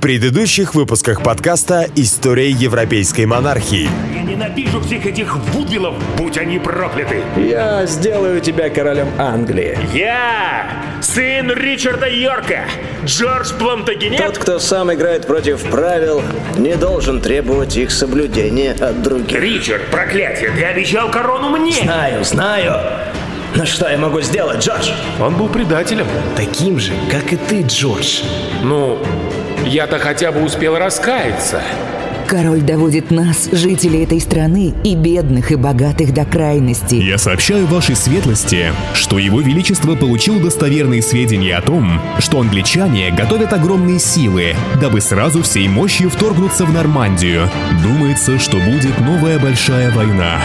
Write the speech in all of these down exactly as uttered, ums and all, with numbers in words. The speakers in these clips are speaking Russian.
предыдущих выпусках подкаста «История европейской монархии». Я ненавижу всех этих вудлилов, будь они прокляты. Я сделаю тебя королем Англии. Я сын Ричарда Йорка, Джордж Плантагенет. Тот, кто сам играет против правил, не должен требовать их соблюдения от других. Ричард, проклятие, ты обещал корону мне. Знаю, знаю. Но что я могу сделать, Джордж? Он был предателем. Таким же, как и ты, Джордж. Ну, я-то хотя бы успел раскаяться. Король доводит нас, жителей этой страны, и бедных, и богатых до крайности. Я сообщаю вашей светлости, что его величество получил достоверные сведения о том, что англичане готовят огромные силы, дабы сразу всей мощью вторгнуться в Нормандию. Думается, что будет новая большая война.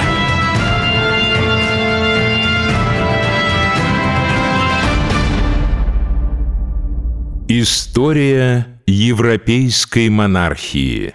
История европейской монархии.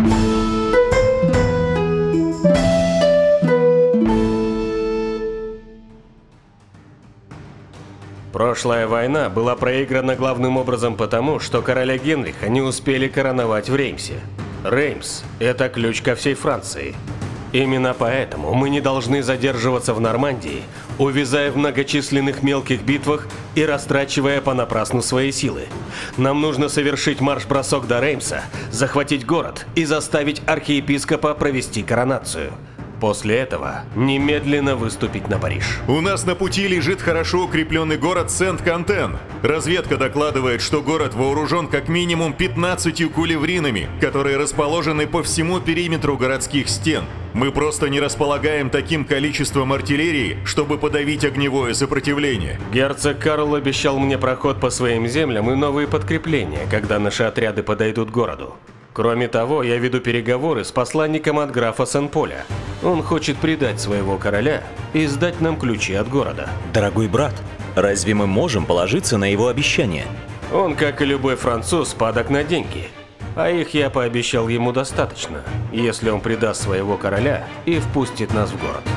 Прошлая война была проиграна главным образом потому, что короля Генриха не успели короновать в Реймсе. Реймс – это ключ ко всей Франции. Именно поэтому мы не должны задерживаться в Нормандии, увязая в многочисленных мелких битвах и растрачивая понапрасну свои силы. Нам нужно совершить марш-бросок до Реймса, захватить город и заставить архиепископа провести коронацию. После этого немедленно выступить на Париж. У нас на пути лежит хорошо укрепленный город Сент-Кантен. Разведка докладывает, что город вооружен как минимум пятнадцатью кулевринами, которые расположены по всему периметру городских стен. Мы просто не располагаем таким количеством артиллерии, чтобы подавить огневое сопротивление. Герцог Карл обещал мне проход по своим землям и новые подкрепления, когда наши отряды подойдут к городу. Кроме того, я веду переговоры с посланником от графа Сен-Поля. Он хочет предать своего короля и сдать нам ключи от города. Дорогой брат, разве мы можем положиться на его обещания? Он, как и любой француз, падок на деньги. А их я пообещал ему достаточно, если он предаст своего короля и впустит нас в город.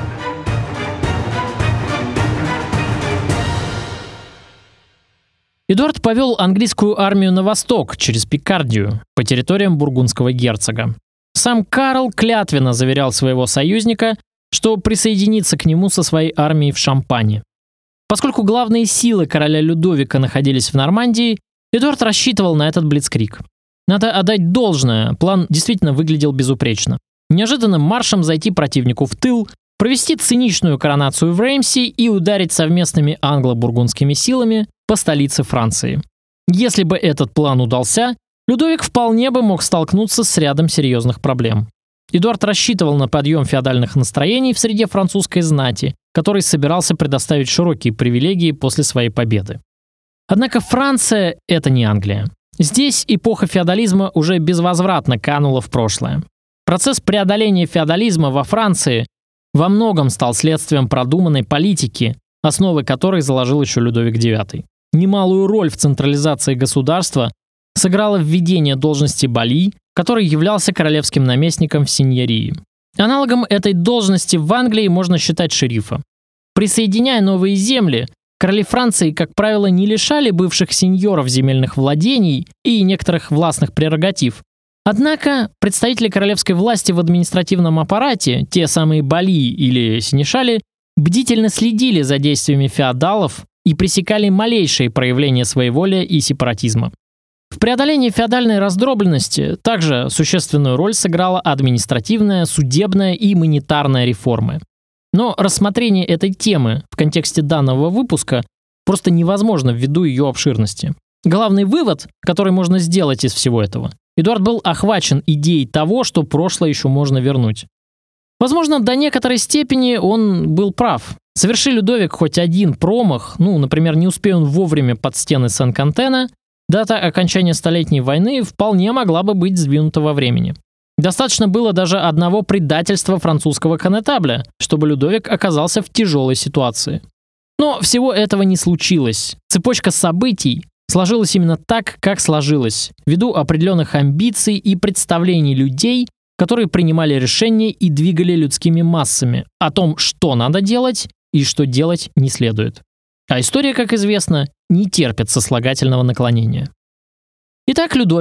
Эдуард повел английскую армию на восток, через Пикардию, по территориям бургундского герцога. Сам Карл клятвенно заверял своего союзника, что присоединится к нему со своей армией в Шампане. Поскольку главные силы короля Людовика находились в Нормандии, Эдуард рассчитывал на этот блицкриг. Надо отдать должное, план действительно выглядел безупречно. Неожиданным маршем зайти противнику в тыл, провести циничную коронацию в Реймсе и ударить совместными англо-бургундскими силами по столице Франции. Если бы этот план удался, Людовик вполне бы мог столкнуться с рядом серьезных проблем. Эдуард рассчитывал на подъем феодальных настроений в среде французской знати, который собирался предоставить широкие привилегии после своей победы. Однако Франция – это не Англия. Здесь эпоха феодализма уже безвозвратно канула в прошлое. Процесс преодоления феодализма во Франции во многом стал следствием продуманной политики, основы которой заложил еще Людовик девятый. Немалую роль в централизации государства сыграло введение должности Бали, который являлся королевским наместником в сеньории. Аналогом этой должности в Англии можно считать шерифа. Присоединяя новые земли, короли Франции, как правило, не лишали бывших сеньоров земельных владений и некоторых властных прерогатив. Однако представители королевской власти в административном аппарате, те самые Бали или сенешали, бдительно следили за действиями феодалов и пресекали малейшие проявления своеволия и сепаратизма. В преодолении феодальной раздробленности также существенную роль сыграла административная, судебная и монетарная реформы. Но рассмотрение этой темы в контексте данного выпуска просто невозможно ввиду ее обширности. Главный вывод, который можно сделать из всего этого: Эдуард был охвачен идеей того, что прошлое еще можно вернуть. Возможно, до некоторой степени он был прав. Соверши Людовик хоть один промах, ну, например, не успел он вовремя под стены Сен-Кантена, дата окончания Столетней войны вполне могла бы быть сдвинута во времени. Достаточно было даже одного предательства французского коннетабля, чтобы Людовик оказался в тяжелой ситуации. Но всего этого не случилось. Цепочка событий сложилась именно так, как сложилась, ввиду определенных амбиций и представлений людей, которые принимали решения и двигали людскими массами о том, что надо делать и что делать не следует. А история, как известно, не терпит сослагательного наклонения. Итак, Людовик,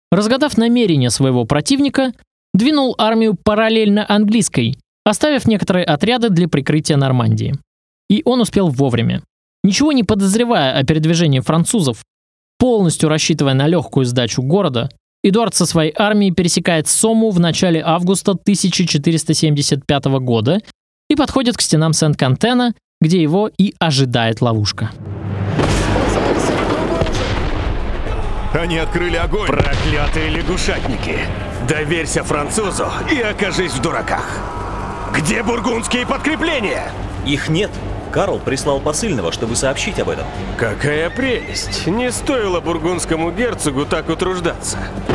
разгадав намерения своего противника, двинул армию параллельно английской, оставив некоторые отряды для прикрытия Нормандии. И он успел вовремя. Ничего не подозревая о передвижении французов, полностью рассчитывая на легкую сдачу города, Эдуард со своей армией пересекает Сомму в начале августа тысяча четыреста семьдесят пятого года и подходит к стенам Сен-Кантена, где его и ожидает ловушка. Они открыли огонь! Проклятые лягушатники! Доверься французу и окажись в дураках! Где бургундские подкрепления? Их нет. Карл прислал посыльного, чтобы сообщить об этом. Какая прелесть! Не стоило бургундскому герцогу так утруждаться.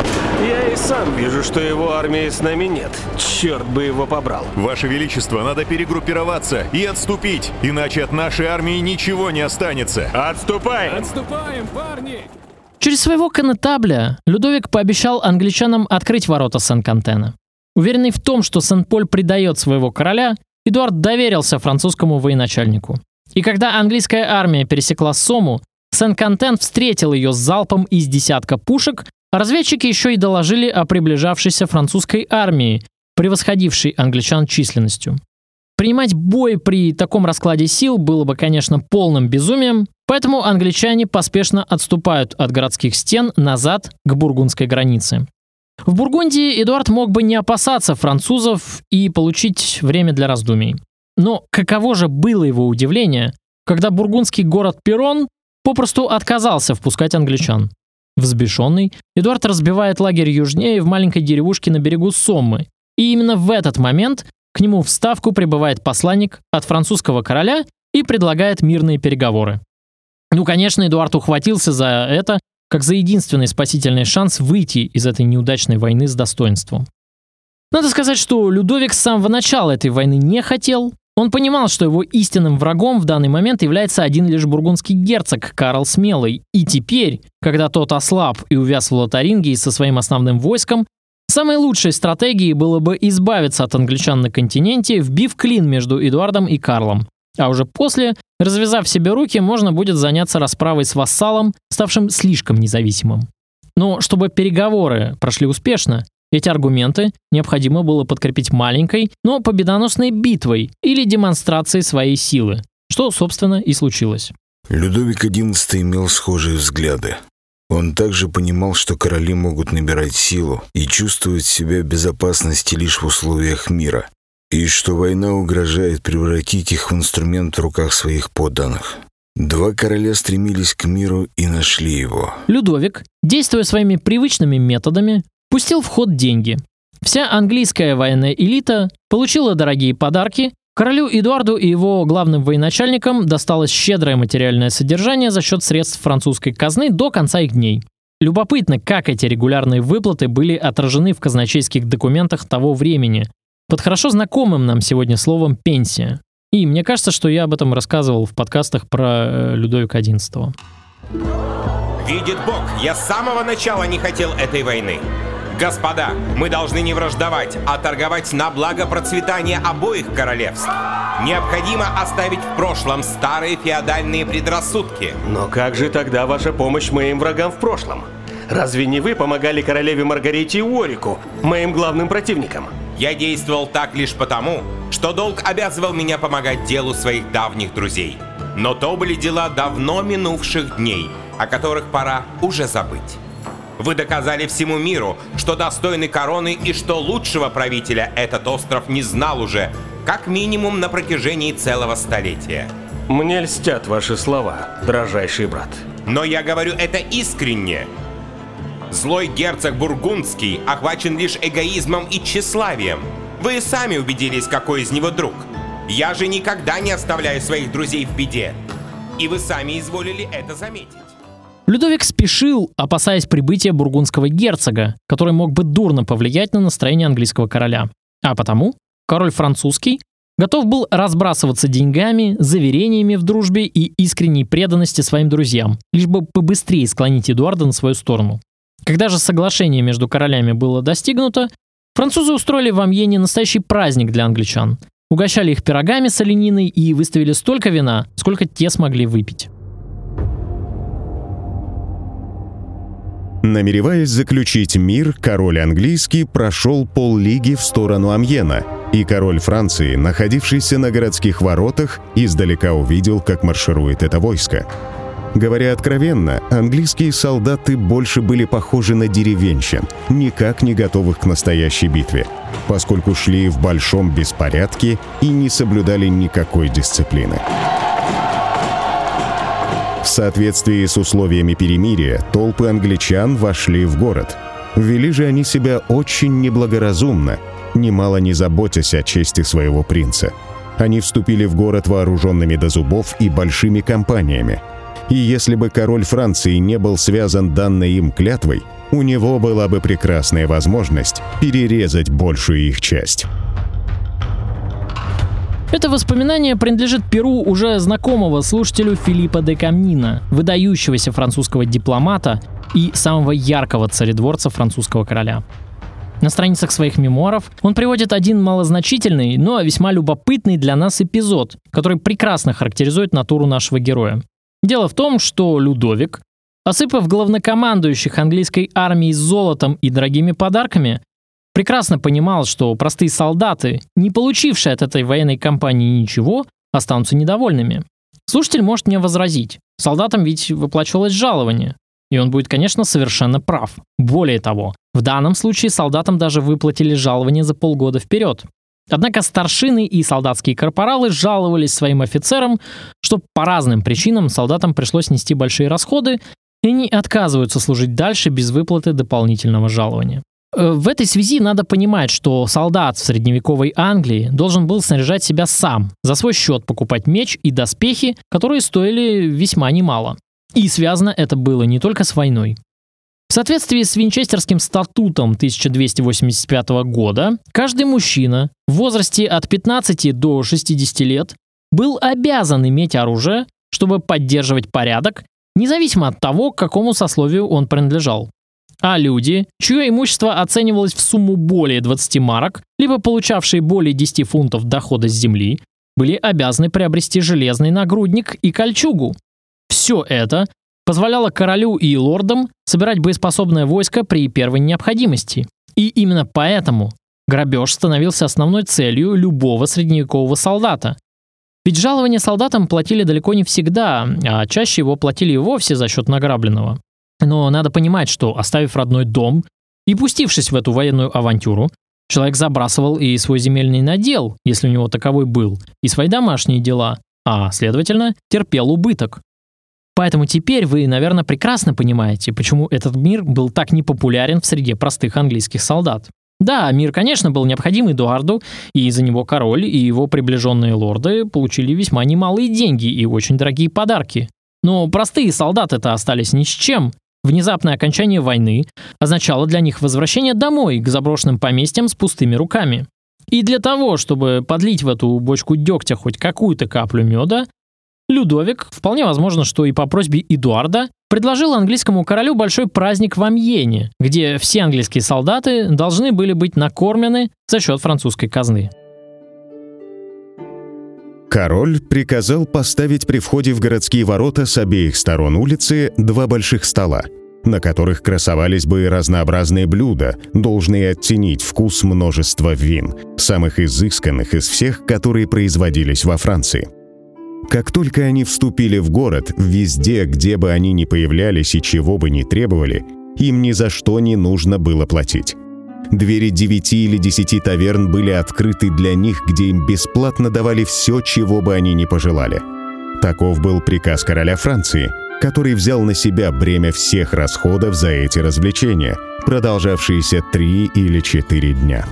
Я и сам вижу, что его армии с нами нет. Черт бы его побрал. Ваше Величество, надо перегруппироваться и отступить, иначе от нашей армии ничего не останется. Отступаем! Отступаем, парни! Через своего коннетабля Людовик пообещал англичанам открыть ворота Сен-Кантена. Уверенный в том, что Сен-Поль предает своего короля, Эдуард доверился французскому военачальнику. И когда английская армия пересекла Сомму, Сен-Кантен встретил ее с залпом из десятка пушек, а разведчики еще и доложили о приближавшейся французской армии, превосходившей англичан численностью. Принимать бой при таком раскладе сил было бы, конечно, полным безумием, поэтому англичане поспешно отступают от городских стен назад к бургундской границе. В Бургундии Эдуард мог бы не опасаться французов и получить время для раздумий. Но каково же было его удивление, когда бургундский город Перрон попросту отказался впускать англичан. Взбешенный, Эдуард разбивает лагерь южнее в маленькой деревушке на берегу Соммы, и именно в этот момент к нему в Ставку прибывает посланник от французского короля и предлагает мирные переговоры. Ну, конечно, Эдуард ухватился за это, как за единственный спасительный шанс выйти из этой неудачной войны с достоинством. Надо сказать, что Людовик с самого начала этой войны не хотел. Он понимал, что его истинным врагом в данный момент является один лишь бургундский герцог Карл Смелый. И теперь, когда тот ослаб и увяз в Лотарингии со своим основным войском, самой лучшей стратегией было бы избавиться от англичан на континенте, вбив клин между Эдуардом и Карлом. А уже после, развязав себе руки, можно будет заняться расправой с вассалом, ставшим слишком независимым. Но чтобы переговоры прошли успешно, эти аргументы необходимо было подкрепить маленькой, но победоносной битвой или демонстрацией своей силы, что, собственно, и случилось. Людовик одиннадцатый имел схожие взгляды. Он также понимал, что короли могут набирать силу и чувствовать себя в безопасности лишь в условиях мира, и что война угрожает превратить их в инструмент в руках своих подданных. Два короля стремились к миру и нашли его. Людовик, действуя своими привычными методами, пустил в ход деньги. Вся английская военная элита получила дорогие подарки, королю Эдуарду и его главным военачальникам досталось щедрое материальное содержание за счет средств французской казны до конца их дней. Любопытно, как эти регулярные выплаты были отражены в казначейских документах того времени, под хорошо знакомым нам сегодня словом «пенсия». И мне кажется, что я об этом рассказывал в подкастах про э, Людовика одиннадцатого. Видит Бог, я с самого начала не хотел этой войны. Господа, мы должны не враждовать, а торговать на благо процветания обоих королевств. Необходимо оставить в прошлом старые феодальные предрассудки. Но как же тогда ваша помощь моим врагам в прошлом? Разве не вы помогали королеве Маргарите и Уорику, моим главным противникам? Я действовал так лишь потому, что долг обязывал меня помогать делу своих давних друзей. Но то были дела давно минувших дней, о которых пора уже забыть. Вы доказали всему миру, что достойны короны и что лучшего правителя этот остров не знал уже, как минимум на протяжении целого столетия. Мне льстят ваши слова, дрожайший брат. Но я говорю это искренне. Злой герцог Бургундский охвачен лишь эгоизмом и тщеславием. Вы сами убедились, какой из него друг. Я же никогда не оставляю своих друзей в беде. И вы сами изволили это заметить. Людовик спешил, опасаясь прибытия бургундского герцога, который мог бы дурно повлиять на настроение английского короля. А потому король французский готов был разбрасываться деньгами, заверениями в дружбе и искренней преданности своим друзьям, лишь бы побыстрее склонить Эдуарда на свою сторону. Когда же соглашение между королями было достигнуто, французы устроили в Амьене настоящий праздник для англичан. Угощали их пирогами с олениной и выставили столько вина, сколько те смогли выпить. Намереваясь заключить мир, король английский прошел поллиги в сторону Амьена, и король Франции, находившийся на городских воротах, издалека увидел, как марширует это войско. Говоря откровенно, английские солдаты больше были похожи на деревенщин, никак не готовых к настоящей битве, поскольку шли в большом беспорядке и не соблюдали никакой дисциплины. В соответствии с условиями перемирия, толпы англичан вошли в город. Вели же они себя очень неблагоразумно, немало не заботясь о чести своего принца. Они вступили в город вооруженными до зубов и большими компаниями. И если бы король Франции не был связан данной им клятвой, у него была бы прекрасная возможность перерезать большую их часть. Это воспоминание принадлежит перу уже знакомого слушателю Филиппа де Камнина, выдающегося французского дипломата и самого яркого царедворца французского короля. На страницах своих мемуаров он приводит один малозначительный, но весьма любопытный для нас эпизод, который прекрасно характеризует натуру нашего героя. Дело в том, что Людовик, осыпав главнокомандующих английской армией золотом и дорогими подарками, прекрасно понимал, что простые солдаты, не получившие от этой военной кампании ничего, останутся недовольными. Слушатель может мне возразить, солдатам ведь выплачивалось жалование. И он будет, конечно, совершенно прав. Более того, в данном случае солдатам даже выплатили жалование за полгода вперед. Однако старшины и солдатские корпоралы жаловались своим офицерам, что по разным причинам солдатам пришлось нести большие расходы, и они отказываются служить дальше без выплаты дополнительного жалования. В этой связи надо понимать, что солдат в средневековой Англии должен был снаряжать себя сам, за свой счет покупать меч и доспехи, которые стоили весьма немало. И связано это было не только с войной. В соответствии с Винчестерским статутом тысяча двести восемьдесят пятого года, каждый мужчина в возрасте от пятнадцати до шестидесяти лет был обязан иметь оружие, чтобы поддерживать порядок, независимо от того, к какому сословию он принадлежал. А люди, чье имущество оценивалось в сумму более двадцати марок, либо получавшие более десяти фунтов дохода с земли, были обязаны приобрести железный нагрудник и кольчугу. Все это позволяло королю и лордам собирать боеспособное войско при первой необходимости. И именно поэтому грабеж становился основной целью любого средневекового солдата. Ведь жалование солдатам платили далеко не всегда, а чаще его платили и вовсе за счет награбленного. Но надо понимать, что, оставив родной дом и пустившись в эту военную авантюру, человек забрасывал и свой земельный надел, если у него таковой был, и свои домашние дела, а, следовательно, терпел убыток. Поэтому теперь вы, наверное, прекрасно понимаете, почему этот мир был так непопулярен в среде простых английских солдат. Да, мир, конечно, был необходим Эдуарду, и из-за него король и его приближенные лорды получили весьма немалые деньги и очень дорогие подарки. Но простые солдаты-то остались ни с чем. Внезапное окончание войны означало для них возвращение домой, к заброшенным поместьям с пустыми руками. И для того, чтобы подлить в эту бочку дегтя хоть какую-то каплю меда, Людовик, вполне возможно, что и по просьбе Эдуарда, предложил английскому королю большой праздник в Амьене, где все английские солдаты должны были быть накормлены за счет французской казны. Король приказал поставить при входе в городские ворота с обеих сторон улицы два больших стола, на которых красовались бы разнообразные блюда, должные оттенить вкус множества вин, самых изысканных из всех, которые производились во Франции. Как только они вступили в город, везде, где бы они ни появлялись и чего бы ни требовали, им ни за что не нужно было платить. Двери девяти или десяти таверн были открыты для них, где им бесплатно давали все, чего бы они ни пожелали. Таков был приказ короля Франции, который взял на себя бремя всех расходов за эти развлечения, продолжавшиеся три или четыре дня.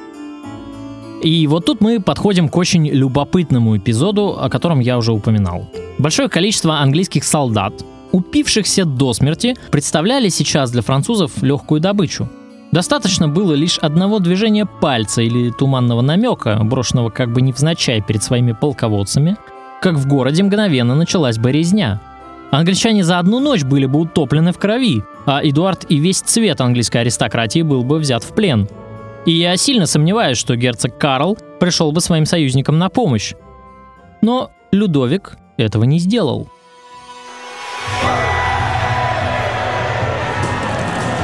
И вот тут мы подходим к очень любопытному эпизоду, о котором я уже упоминал. Большое количество английских солдат, упившихся до смерти, представляли сейчас для французов легкую добычу. Достаточно было лишь одного движения пальца или туманного намека, брошенного как бы невзначай перед своими полководцами, как в городе мгновенно началась бы резня. Англичане за одну ночь были бы утоплены в крови, а Эдуард и весь цвет английской аристократии был бы взят в плен. И я сильно сомневаюсь, что герцог Карл пришел бы своим союзникам на помощь. Но Людовик этого не сделал.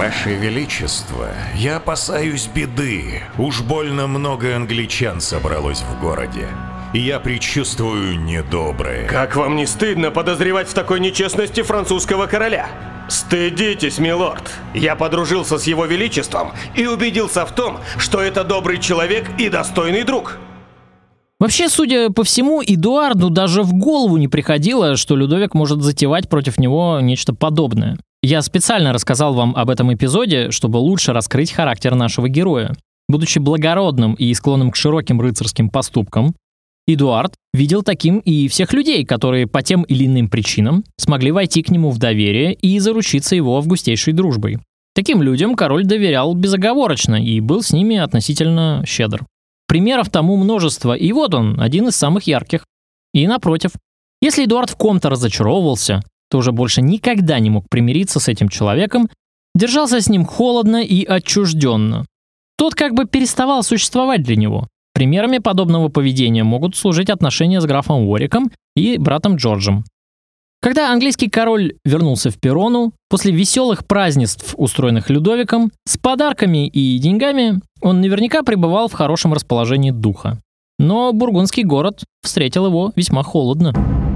Ваше Величество, я опасаюсь беды. Уж больно много англичан собралось в городе. И я предчувствую недоброе. Как вам не стыдно подозревать в такой нечестности французского короля? Стыдитесь, милорд. Я подружился с его величеством и убедился в том, что это добрый человек и достойный друг. Вообще, судя по всему, Эдуарду даже в голову не приходило, что Людовик может затевать против него нечто подобное. Я специально рассказал вам об этом эпизоде, чтобы лучше раскрыть характер нашего героя. Будучи благородным и склонным к широким рыцарским поступкам, Эдуард видел таким и всех людей, которые по тем или иным причинам смогли войти к нему в доверие и заручиться его августейшей дружбой. Таким людям король доверял безоговорочно и был с ними относительно щедр. Примеров тому множество, и вот он, один из самых ярких. И напротив, если Эдуард в ком-то разочаровывался, то уже больше никогда не мог примириться с этим человеком, держался с ним холодно и отчужденно. Тот как бы переставал существовать для него. Примерами подобного поведения могут служить отношения с графом Уориком и братом Джорджем. Когда английский король вернулся в Перрону, после веселых празднеств, устроенных Людовиком, с подарками и деньгами, он наверняка пребывал в хорошем расположении духа. Но бургундский город встретил его весьма холодно.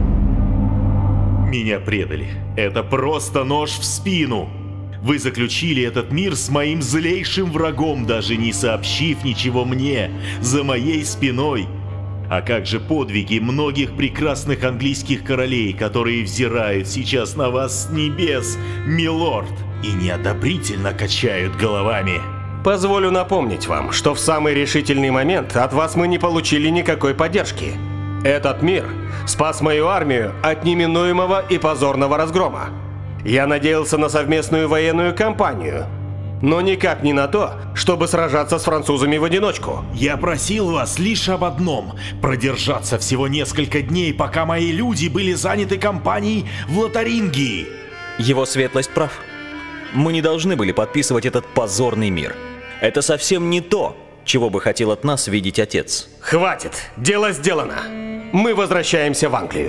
Меня предали. Это просто нож в спину. Вы заключили этот мир с моим злейшим врагом, даже не сообщив ничего мне, за моей спиной. А как же подвиги многих прекрасных английских королей, которые взирают сейчас на вас с небес, милорд, и неодобрительно качают головами? Позволю напомнить вам, что в самый решительный момент от вас мы не получили никакой поддержки. Этот мир спас мою армию от неминуемого и позорного разгрома. Я надеялся на совместную военную кампанию, но никак не на то, чтобы сражаться с французами в одиночку. Я просил вас лишь об одном – продержаться всего несколько дней, пока мои люди были заняты кампанией в Лотарингии. Его светлость прав. Мы не должны были подписывать этот позорный мир. Это совсем не то, чего бы хотел от нас видеть отец. Хватит, дело сделано. Мы возвращаемся в Англию.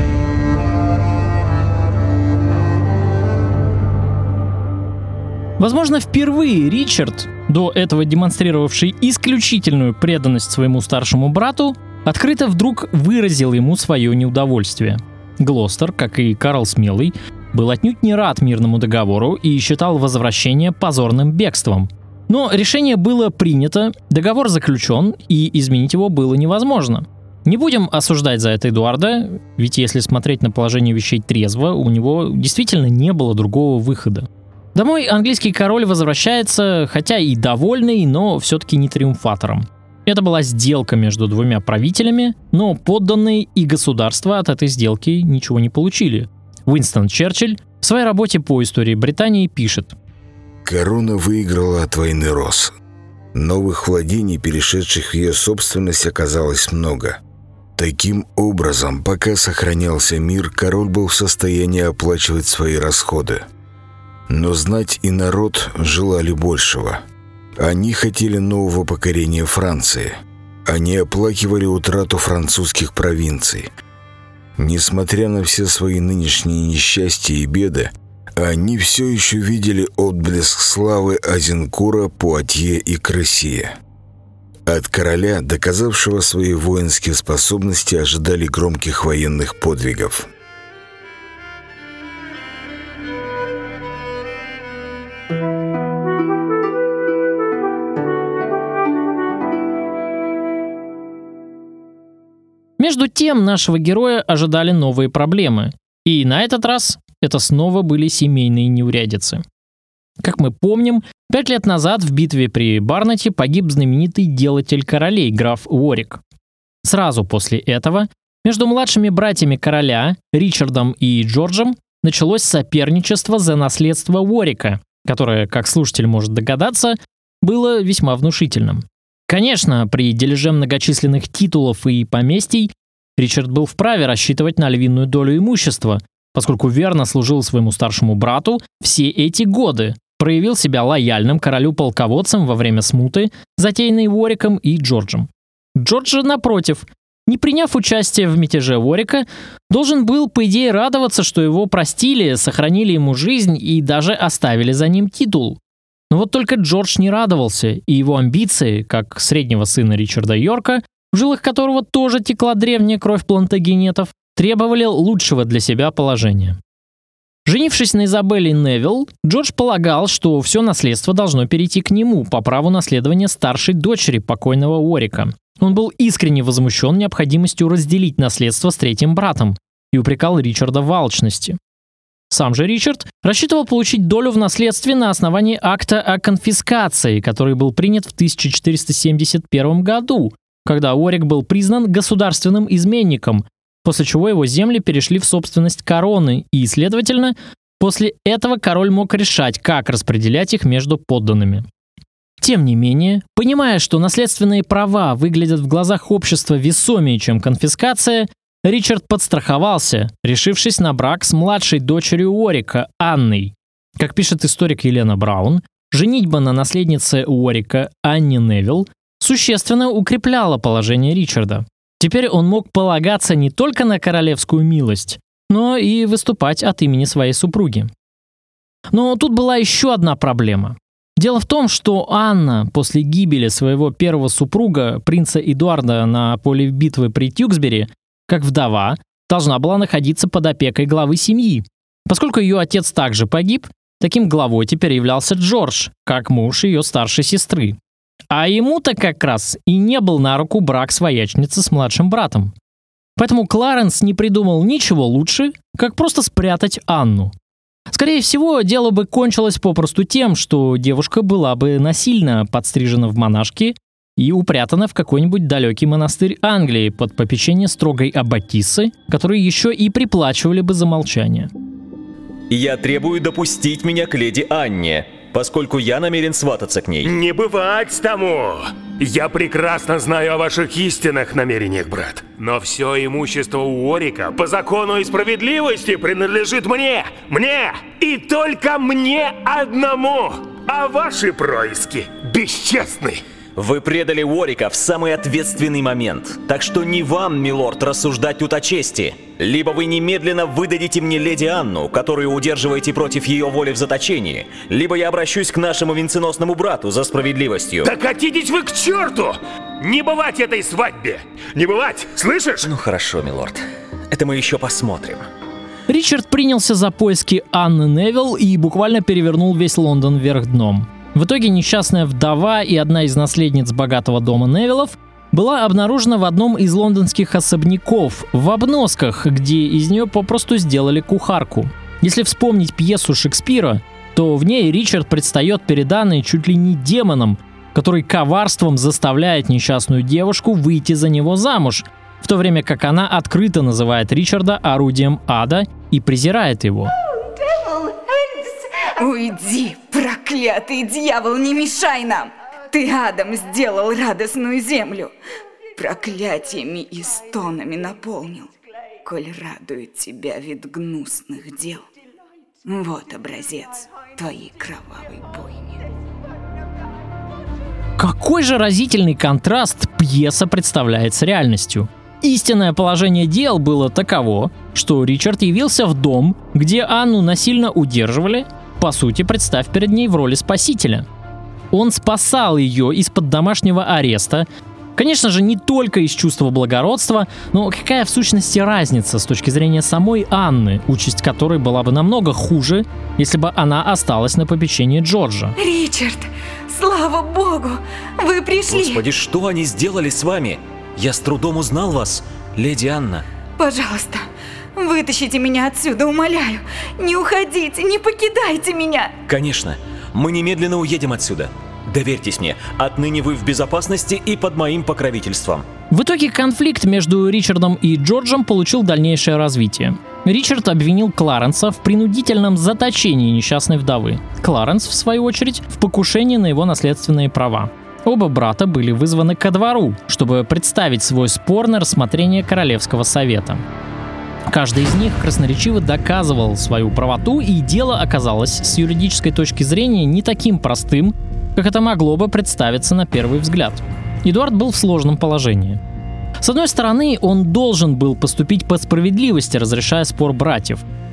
Возможно, впервые Ричард, до этого демонстрировавший исключительную преданность своему старшему брату, открыто вдруг выразил ему свое неудовольствие. Глостер, как и Карл Смелый, был отнюдь не рад мирному договору и считал возвращение позорным бегством. Но решение было принято, договор заключен, и изменить его было невозможно. Не будем осуждать за это Эдуарда, ведь если смотреть на положение вещей трезво, у него действительно не было другого выхода. Домой английский король возвращается, хотя и довольный, но все-таки не триумфатором. Это была сделка между двумя правителями, но подданные и государства от этой сделки ничего не получили. Уинстон Черчилль в своей работе по истории Британии пишет: «Корона выиграла от войны роз. Новых владений, перешедших в ее собственность, оказалось много. Таким образом, пока сохранялся мир, король был в состоянии оплачивать свои расходы. Но знать и народ желали большего. Они хотели нового покорения Франции. Они оплакивали утрату французских провинций. Несмотря на все свои нынешние несчастья и беды, они все еще видели отблеск славы Азенкура, Пуатье и Крессье. От короля, доказавшего свои воинские способности, ожидали громких военных подвигов. Между тем, нашего героя ожидали новые проблемы. И на этот раз это снова были семейные неурядицы. Как мы помним, пять лет назад в битве при Барнете погиб знаменитый делатель королей, граф Уорик. Сразу после этого между младшими братьями короля, Ричардом и Джорджем, началось соперничество за наследство Уорика, которое, как слушатель может догадаться, было весьма внушительным. Конечно, при дележе многочисленных титулов и поместий Ричард был вправе рассчитывать на львиную долю имущества, поскольку верно служил своему старшему брату все эти годы, проявил себя лояльным королю-полководцем во время смуты, затеянной Уориком и Джорджем. Джордж же, напротив, не приняв участие в мятеже Уорика, должен был, по идее, радоваться, что его простили, сохранили ему жизнь и даже оставили за ним титул. Но вот только Джордж не радовался, и его амбиции, как среднего сына Ричарда Йорка, в жилах которого тоже текла древняя кровь плантагенетов, требовали лучшего для себя положения. Женившись на Изабелле Невилл, Джордж полагал, что все наследство должно перейти к нему по праву наследования старшей дочери покойного Уорика. Он был искренне возмущен необходимостью разделить наследство с третьим братом и упрекал Ричарда в алчности. Сам же Ричард рассчитывал получить долю в наследстве на основании акта о конфискации, который был принят в тысяча четыреста семьдесят первом году, когда Уорик был признан государственным изменником, после чего его земли перешли в собственность короны, и, следовательно, после этого король мог решать, как распределять их между подданными. Тем не менее, понимая, что наследственные права выглядят в глазах общества весомее, чем конфискация, Ричард подстраховался, решившись на брак с младшей дочерью Уорика, Анной. Как пишет историк Елена Браун, женитьба на наследнице Уорика, Анне Невилл, существенно укрепляла положение Ричарда. Теперь он мог полагаться не только на королевскую милость, но и выступать от имени своей супруги. Но тут была еще одна проблема. Дело в том, что Анна после гибели своего первого супруга, принца Эдуарда, на поле битвы при Тьюксбери, как вдова, должна была находиться под опекой главы семьи. Поскольку ее отец также погиб, таким главой теперь являлся Джордж, как муж ее старшей сестры. А ему-то как раз и не был на руку брак своячницы с младшим братом. Поэтому Кларенс не придумал ничего лучше, как просто спрятать Анну. Скорее всего, дело бы кончилось попросту тем, что девушка была бы насильно подстрижена в монашки и упрятана в какой-нибудь далекий монастырь Англии под попечение строгой аббатиссы, которые еще и приплачивали бы за молчание. «Я требую допустить меня к леди Анне, поскольку я намерен свататься к ней». Не бывать тому! Я прекрасно знаю о ваших истинных намерениях, брат. Но все имущество Уорика по закону и справедливости принадлежит мне! Мне! И только мне одному! А ваши происки бесчестны! Вы предали Уорика в самый ответственный момент, так что не вам, милорд, рассуждать тут о чести. Либо вы немедленно выдадите мне леди Анну, которую удерживаете против ее воли в заточении, либо я обращусь к нашему венценосному брату за справедливостью. Да катитесь вы к черту! Не бывать этой свадьбе! Не бывать, слышишь? Ну хорошо, милорд, это мы еще посмотрим. Ричард принялся за поиски Анны Невилл и буквально перевернул весь Лондон вверх дном. В итоге несчастная вдова и одна из наследниц богатого дома Невиллов была обнаружена в одном из лондонских особняков, в обносках, где из нее попросту сделали кухарку. Если вспомнить пьесу Шекспира, то в ней Ричард предстает перед Анной чуть ли не демоном, который коварством заставляет несчастную девушку выйти за него замуж, в то время как она открыто называет Ричарда орудием ада и презирает его. Уйди, проклятый дьявол, не мешай нам! Ты адом сделал радостную землю, проклятиями и стонами наполнил, коль радует тебя вид гнусных дел. Вот образец твоей кровавой бойни. Какой же разительный контраст пьеса представляет с реальностью. Истинное положение дел было таково, что Ричард явился в дом, где Анну насильно удерживали, по сути, представь перед ней в роли спасителя. Он спасал ее из-под домашнего ареста, конечно же, не только из чувства благородства, но какая в сущности разница с точки зрения самой Анны, участь которой была бы намного хуже, если бы она осталась на попечении Джорджа. Ричард, слава богу, вы пришли! Господи, что они сделали с вами? Я с трудом узнал вас, леди Анна. Пожалуйста, вытащите меня отсюда, умоляю. Не уходите, не покидайте меня. Конечно, мы немедленно уедем отсюда. Доверьтесь мне, отныне вы в безопасности и под моим покровительством. В итоге конфликт между Ричардом и Джорджем получил дальнейшее развитие. Ричард обвинил Кларенса в принудительном заточении несчастной вдовы. Кларенс, в свою очередь, в покушении на его наследственные права. Оба брата были вызваны ко двору, чтобы представить свой спор на рассмотрение Королевского совета. Каждый из них красноречиво доказывал свою правоту, и дело оказалось с юридической точки зрения не таким простым, как это могло бы представиться на первый взгляд. Эдуард был в сложном положении. С одной стороны, он должен был поступить по справедливости, разрешая спор братьев.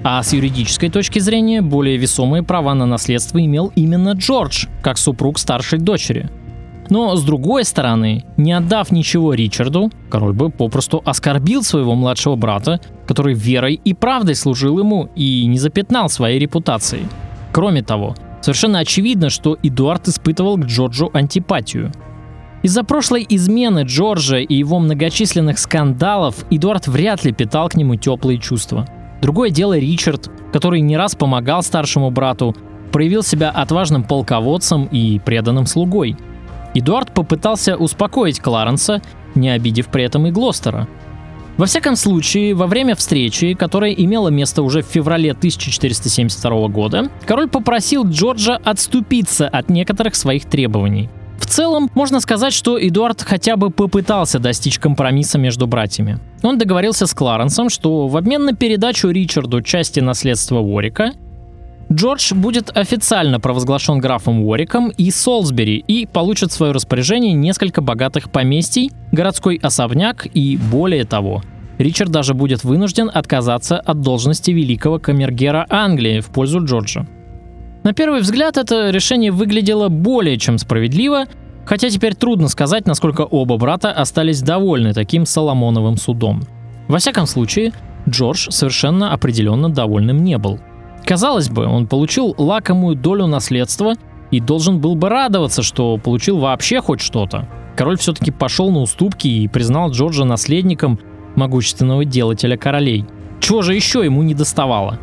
А с юридической точки зрения более весомые права на наследство имел именно Джордж, как супруг старшей дочери. Но с другой стороны, не отдав ничего Ричарду, король бы попросту оскорбил своего младшего брата, который верой и правдой служил ему и не запятнал своей репутацией. Кроме того, совершенно очевидно, что Эдуард испытывал к Джорджу антипатию. Из-за прошлой измены Джорджа и его многочисленных скандалов Эдуард вряд ли питал к нему теплые чувства. Другое дело Ричард, который не раз помогал старшему брату, проявил себя отважным полководцем и преданным слугой. Эдуард попытался успокоить Кларенса, не обидев при этом и Глостера. Во всяком случае, во время встречи, которая имела место уже в феврале тысяча четыреста семьдесят второго года, король попросил Джорджа отступиться от некоторых своих требований. В целом, можно сказать, что Эдуард хотя бы попытался достичь компромисса между братьями. Он договорился с Кларенсом, что в обмен на передачу Ричарду части наследства Уорика, Джордж будет официально провозглашен графом Уориком и Солсбери и получит в свое распоряжение несколько богатых поместий, городской особняк и, более того, Ричард даже будет вынужден отказаться от должности великого камергера Англии в пользу Джорджа. На первый взгляд это решение выглядело более чем справедливо, хотя теперь трудно сказать, насколько оба брата остались довольны таким Соломоновым судом. Во всяком случае, Джордж совершенно определенно довольным не был. Казалось бы, он получил лакомую долю наследства и должен был бы радоваться, что получил вообще хоть что-то. Король все-таки пошел на уступки и признал Джорджа наследником могущественного делателя королей. Чего же еще ему не доставало?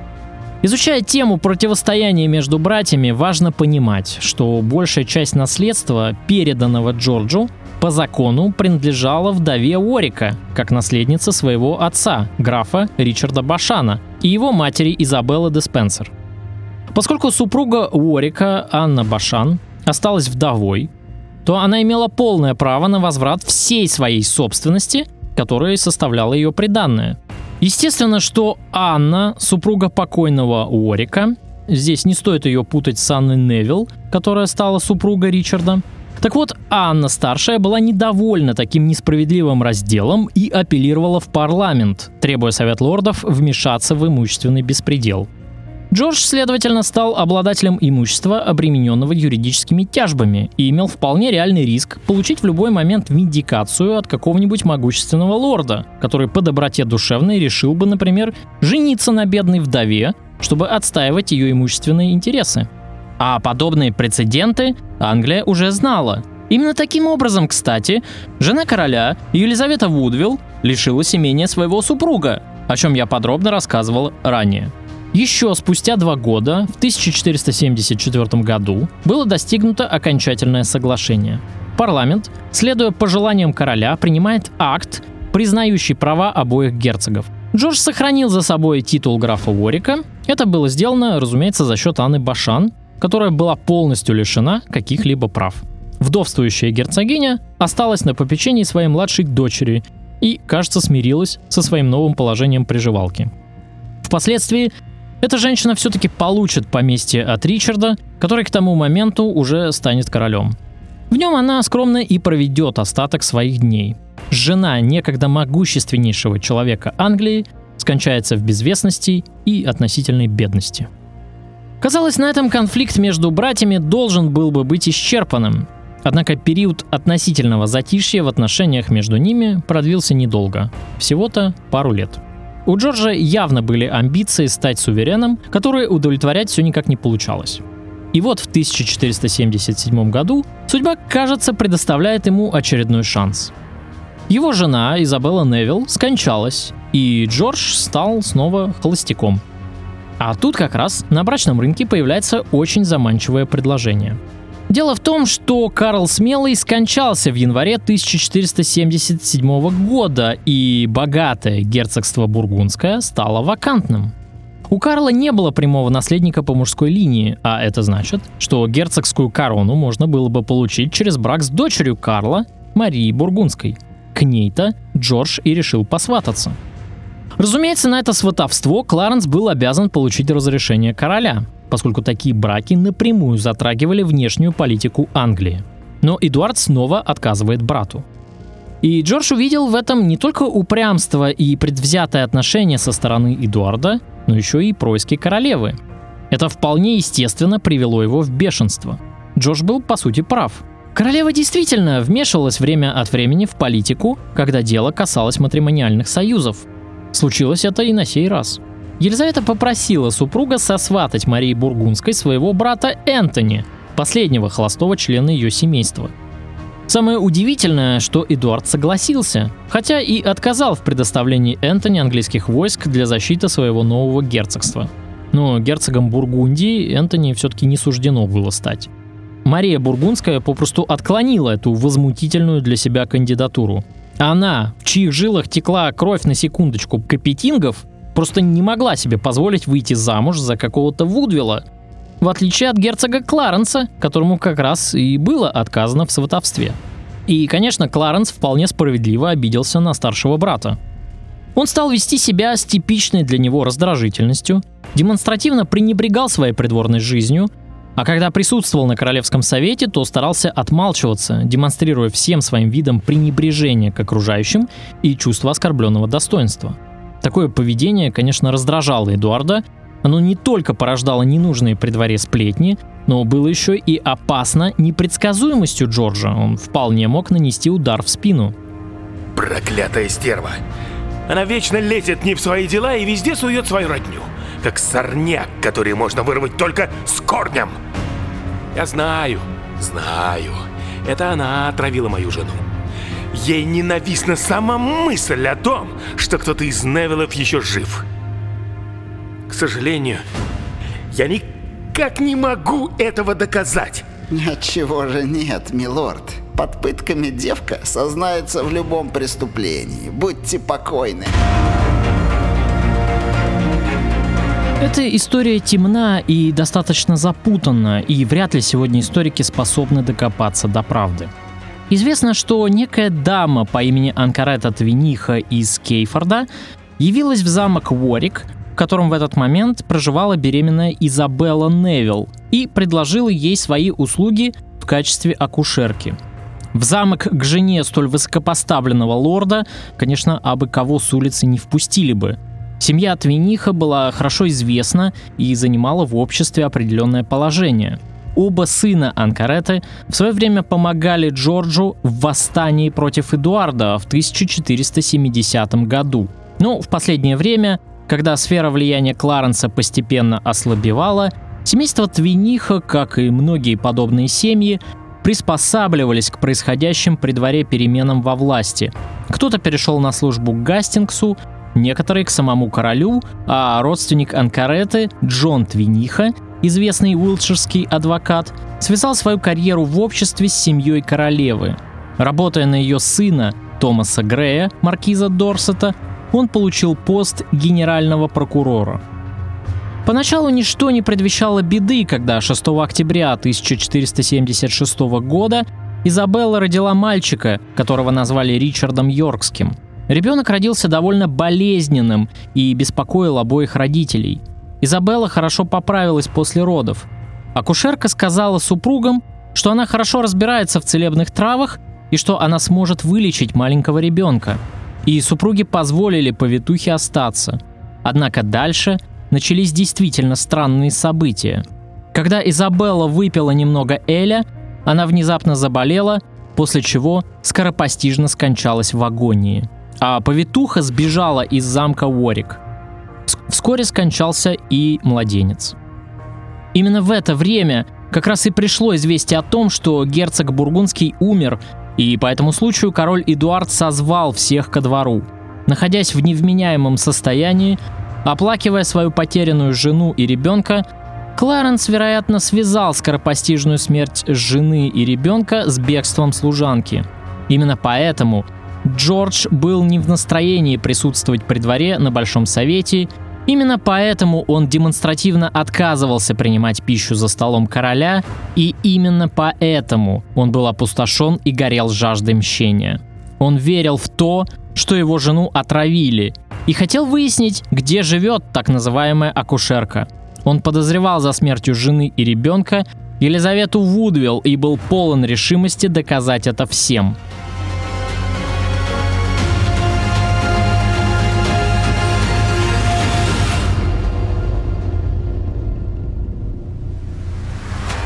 Изучая тему противостояния между братьями, важно понимать, что большая часть наследства, переданного Джорджу, по закону принадлежала вдове Уорика, как наследница своего отца, графа Ричарда Башана, и его матери Изабеллы де Спенсер. Поскольку супруга Уорика, Анна Башан, осталась вдовой, то она имела полное право на возврат всей своей собственности, которая составляла ее приданное. Естественно, что Анна, супруга покойного Уорика, здесь не стоит ее путать с Анной Невилл, которая стала супругой Ричарда. Так вот, Анна старшая была недовольна таким несправедливым разделом и апеллировала в парламент, требуя Совет лордов вмешаться в имущественный беспредел. Джордж, следовательно, стал обладателем имущества, обремененного юридическими тяжбами, и имел вполне реальный риск получить в любой момент виндикацию от какого-нибудь могущественного лорда, который по доброте душевной решил бы, например, жениться на бедной вдове, чтобы отстаивать ее имущественные интересы. А подобные прецеденты Англия уже знала. Именно таким образом, кстати, жена короля, Елизавета Вудвилл, лишилась имения своего супруга, о чем я подробно рассказывал ранее. Еще спустя два года, в тысяча четыреста семьдесят четвёртом году, было достигнуто окончательное соглашение. Парламент, следуя пожеланиям короля, принимает акт, признающий права обоих герцогов. Джордж сохранил за собой титул графа Уорика. Это было сделано, разумеется, за счет Анны Башан, которая была полностью лишена каких-либо прав. Вдовствующая герцогиня осталась на попечении своей младшей дочери и, кажется, смирилась со своим новым положением приживалки. Впоследствии эта женщина все-таки получит поместье от Ричарда, который к тому моменту уже станет королем. В нем она скромно и проведет остаток своих дней. Жена некогда могущественнейшего человека Англии скончается в безвестности и относительной бедности. Казалось, на этом конфликт между братьями должен был бы быть исчерпанным. Однако период относительного затишья в отношениях между ними продлился недолго, всего-то пару лет. У Джорджа явно были амбиции стать сувереном, которые удовлетворять все никак не получалось. И вот в тысяча четыреста семьдесят седьмом году судьба, кажется, предоставляет ему очередной шанс. Его жена Изабелла Невилл скончалась, и Джордж стал снова холостяком. А тут как раз на брачном рынке появляется очень заманчивое предложение. Дело в том, что Карл Смелый скончался в январе тысяча четыреста семьдесят седьмого года, и богатое герцогство Бургундское стало вакантным. У Карла не было прямого наследника по мужской линии, а это значит, что герцогскую корону можно было бы получить через брак с дочерью Карла, Марией Бургундской. К ней-то Джордж и решил посвататься. Разумеется, на это сватовство Кларенс был обязан получить разрешение короля, поскольку такие браки напрямую затрагивали внешнюю политику Англии. Но Эдуард снова отказывает брату. И Джордж увидел в этом не только упрямство и предвзятое отношение со стороны Эдуарда, но еще и происки королевы. Это вполне естественно привело его в бешенство. Джордж был, по сути, прав. Королева действительно вмешивалась время от времени в политику, когда дело касалось матримониальных союзов. Случилось это и на сей раз. Елизавета попросила супруга сосватать Марии Бургундской своего брата Энтони, последнего холостого члена ее семейства. Самое удивительное, что Эдуард согласился, хотя и отказал в предоставлении Энтони английских войск для защиты своего нового герцогства. Но герцогом Бургундии Энтони все-таки не суждено было стать. Мария Бургундская попросту отклонила эту возмутительную для себя кандидатуру. Она, в чьих жилах текла кровь на секундочку капетингов, просто не могла себе позволить выйти замуж за какого-то Вудвилла, в отличие от герцога Кларенса, которому как раз и было отказано в сватовстве. И, конечно, Кларенс вполне справедливо обиделся на старшего брата. Он стал вести себя с типичной для него раздражительностью, демонстративно пренебрегал своей придворной жизнью, а когда присутствовал на Королевском совете, то старался отмалчиваться, демонстрируя всем своим видом пренебрежение к окружающим и чувство оскорбленного достоинства. Такое поведение, конечно, раздражало Эдуарда. Оно не только порождало ненужные при дворе сплетни, но было еще и опасно непредсказуемостью Джорджа. Он вполне мог нанести удар в спину. Проклятая стерва! Она вечно лезет не в свои дела и везде сует свою родню, как сорняк, который можно вырвать только с корнем. Я знаю, знаю, это она отравила мою жену. Ей ненавистна сама мысль о том, что кто-то из Невиллов еще жив. К сожалению, я никак не могу этого доказать. Ничего же нет, милорд. Под пытками девка сознается в любом преступлении. Будьте покойны. Эта история темна и достаточно запутанна, и вряд ли сегодня историки способны докопаться до правды. Известно, что некая дама по имени Анкарета Твиниха из Кейфорда явилась в замок Уорик, в котором в этот момент проживала беременная Изабелла Невилл, и предложила ей свои услуги в качестве акушерки. В замок к жене столь высокопоставленного лорда, конечно, абы кого с улицы не впустили бы. Семья Твиниха была хорошо известна и занимала в обществе определенное положение. Оба сына Анкареты в свое время помогали Джорджу в восстании против Эдуарда в тысяча четыреста семидесятом году. Но в последнее время, когда сфера влияния Кларенса постепенно ослабевала, семейство Твиниха, как и многие подобные семьи, приспосабливались к происходящим при дворе переменам во власти. Кто-то перешел на службу к Гастингсу, некоторые к самому королю, а родственник Анкареты, Джон Твиниха, известный уилтширский адвокат, связал свою карьеру в обществе с семьей королевы. Работая на ее сына, Томаса Грея, маркиза Дорсета, он получил пост генерального прокурора. Поначалу ничто не предвещало беды, когда шестого октября тысяча четыреста семьдесят шестого года Изабелла родила мальчика, которого назвали Ричардом Йоркским. Ребенок родился довольно болезненным и беспокоил обоих родителей. Изабелла хорошо поправилась после родов. Акушерка сказала супругам, что она хорошо разбирается в целебных травах и что она сможет вылечить маленького ребенка. И супруги позволили повитухе остаться. Однако дальше начались действительно странные события. Когда Изабелла выпила немного эля, она внезапно заболела, после чего скоропостижно скончалась в агонии. А повитуха сбежала из замка Уорик. Вскоре скончался и младенец. Именно в это время как раз и пришло известие о том, что герцог Бургундский умер, и по этому случаю король Эдуард созвал всех ко двору. Находясь в невменяемом состоянии, оплакивая свою потерянную жену и ребенка, Кларенс, вероятно, связал скоропостижную смерть жены и ребенка с бегством служанки. Именно поэтому Джордж был не в настроении присутствовать при дворе на Большом Совете. Именно поэтому он демонстративно отказывался принимать пищу за столом короля, и именно поэтому он был опустошен и горел жаждой мщения. Он верил в то, что его жену отравили, и хотел выяснить, где живет так называемая акушерка. Он подозревал за смертью жены и ребенка Елизавету Вудвилл и был полон решимости доказать это всем.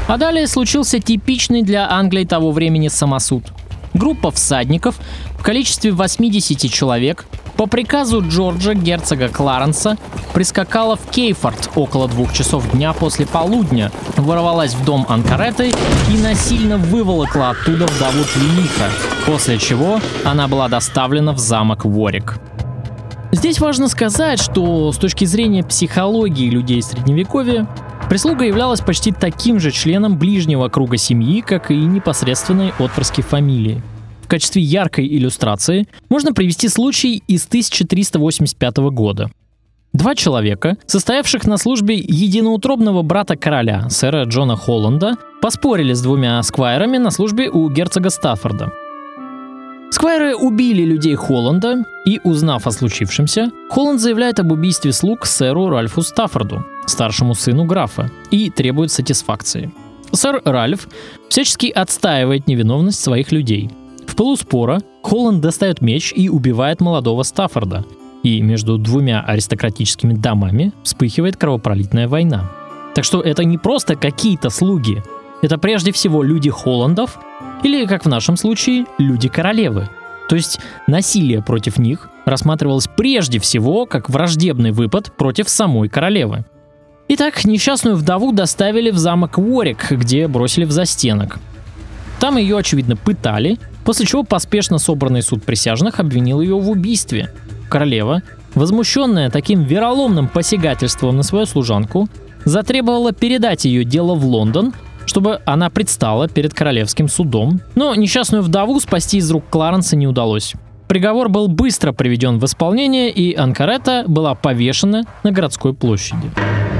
А далее случился типичный для Англии того времени самосуд. Группа всадников в количестве восьмидесяти человек по приказу Джорджа, герцога Кларенса, прискакала в Кейфорд около двух часов дня после полудня, ворвалась в дом Анкареты и насильно выволокла оттуда вдову Твиниха, после чего она была доставлена в замок Уорик. Здесь важно сказать, что с точки зрения психологии людей Средневековья, прислуга являлась почти таким же членом ближнего круга семьи, как и непосредственной отпрыски фамилии. В качестве яркой иллюстрации можно привести случай из тысяча триста восемьдесят пятого года. Два человека, состоявших на службе единоутробного брата короля, сэра Джона Холланда, поспорили с двумя сквайрами на службе у герцога Стаффорда. Сквайры убили людей Холланда, и, узнав о случившемся, Холланд заявляет об убийстве слуг сэру Ральфу Стаффорду, старшему сыну графа, и требует сатисфакции. Сэр Ральф всячески отстаивает невиновность своих людей. В пылу спора Холланд достает меч и убивает молодого Стаффорда, и между двумя аристократическими домами вспыхивает кровопролитная война. Так что это не просто какие-то слуги, это прежде всего люди Холландов, или, как в нашем случае, люди королевы. То есть насилие против них рассматривалось прежде всего как враждебный выпад против самой королевы. Итак, несчастную вдову доставили в замок Уорик, где бросили в застенок. Там ее, очевидно, пытали, после чего поспешно собранный суд присяжных обвинил ее в убийстве. Королева, возмущенная таким вероломным посягательством на свою служанку, затребовала передать ее дело в Лондон, чтобы она предстала перед королевским судом, но несчастную вдову спасти из рук Кларенса не удалось. Приговор был быстро приведен в исполнение, и Анкарета была повешена на городской площади.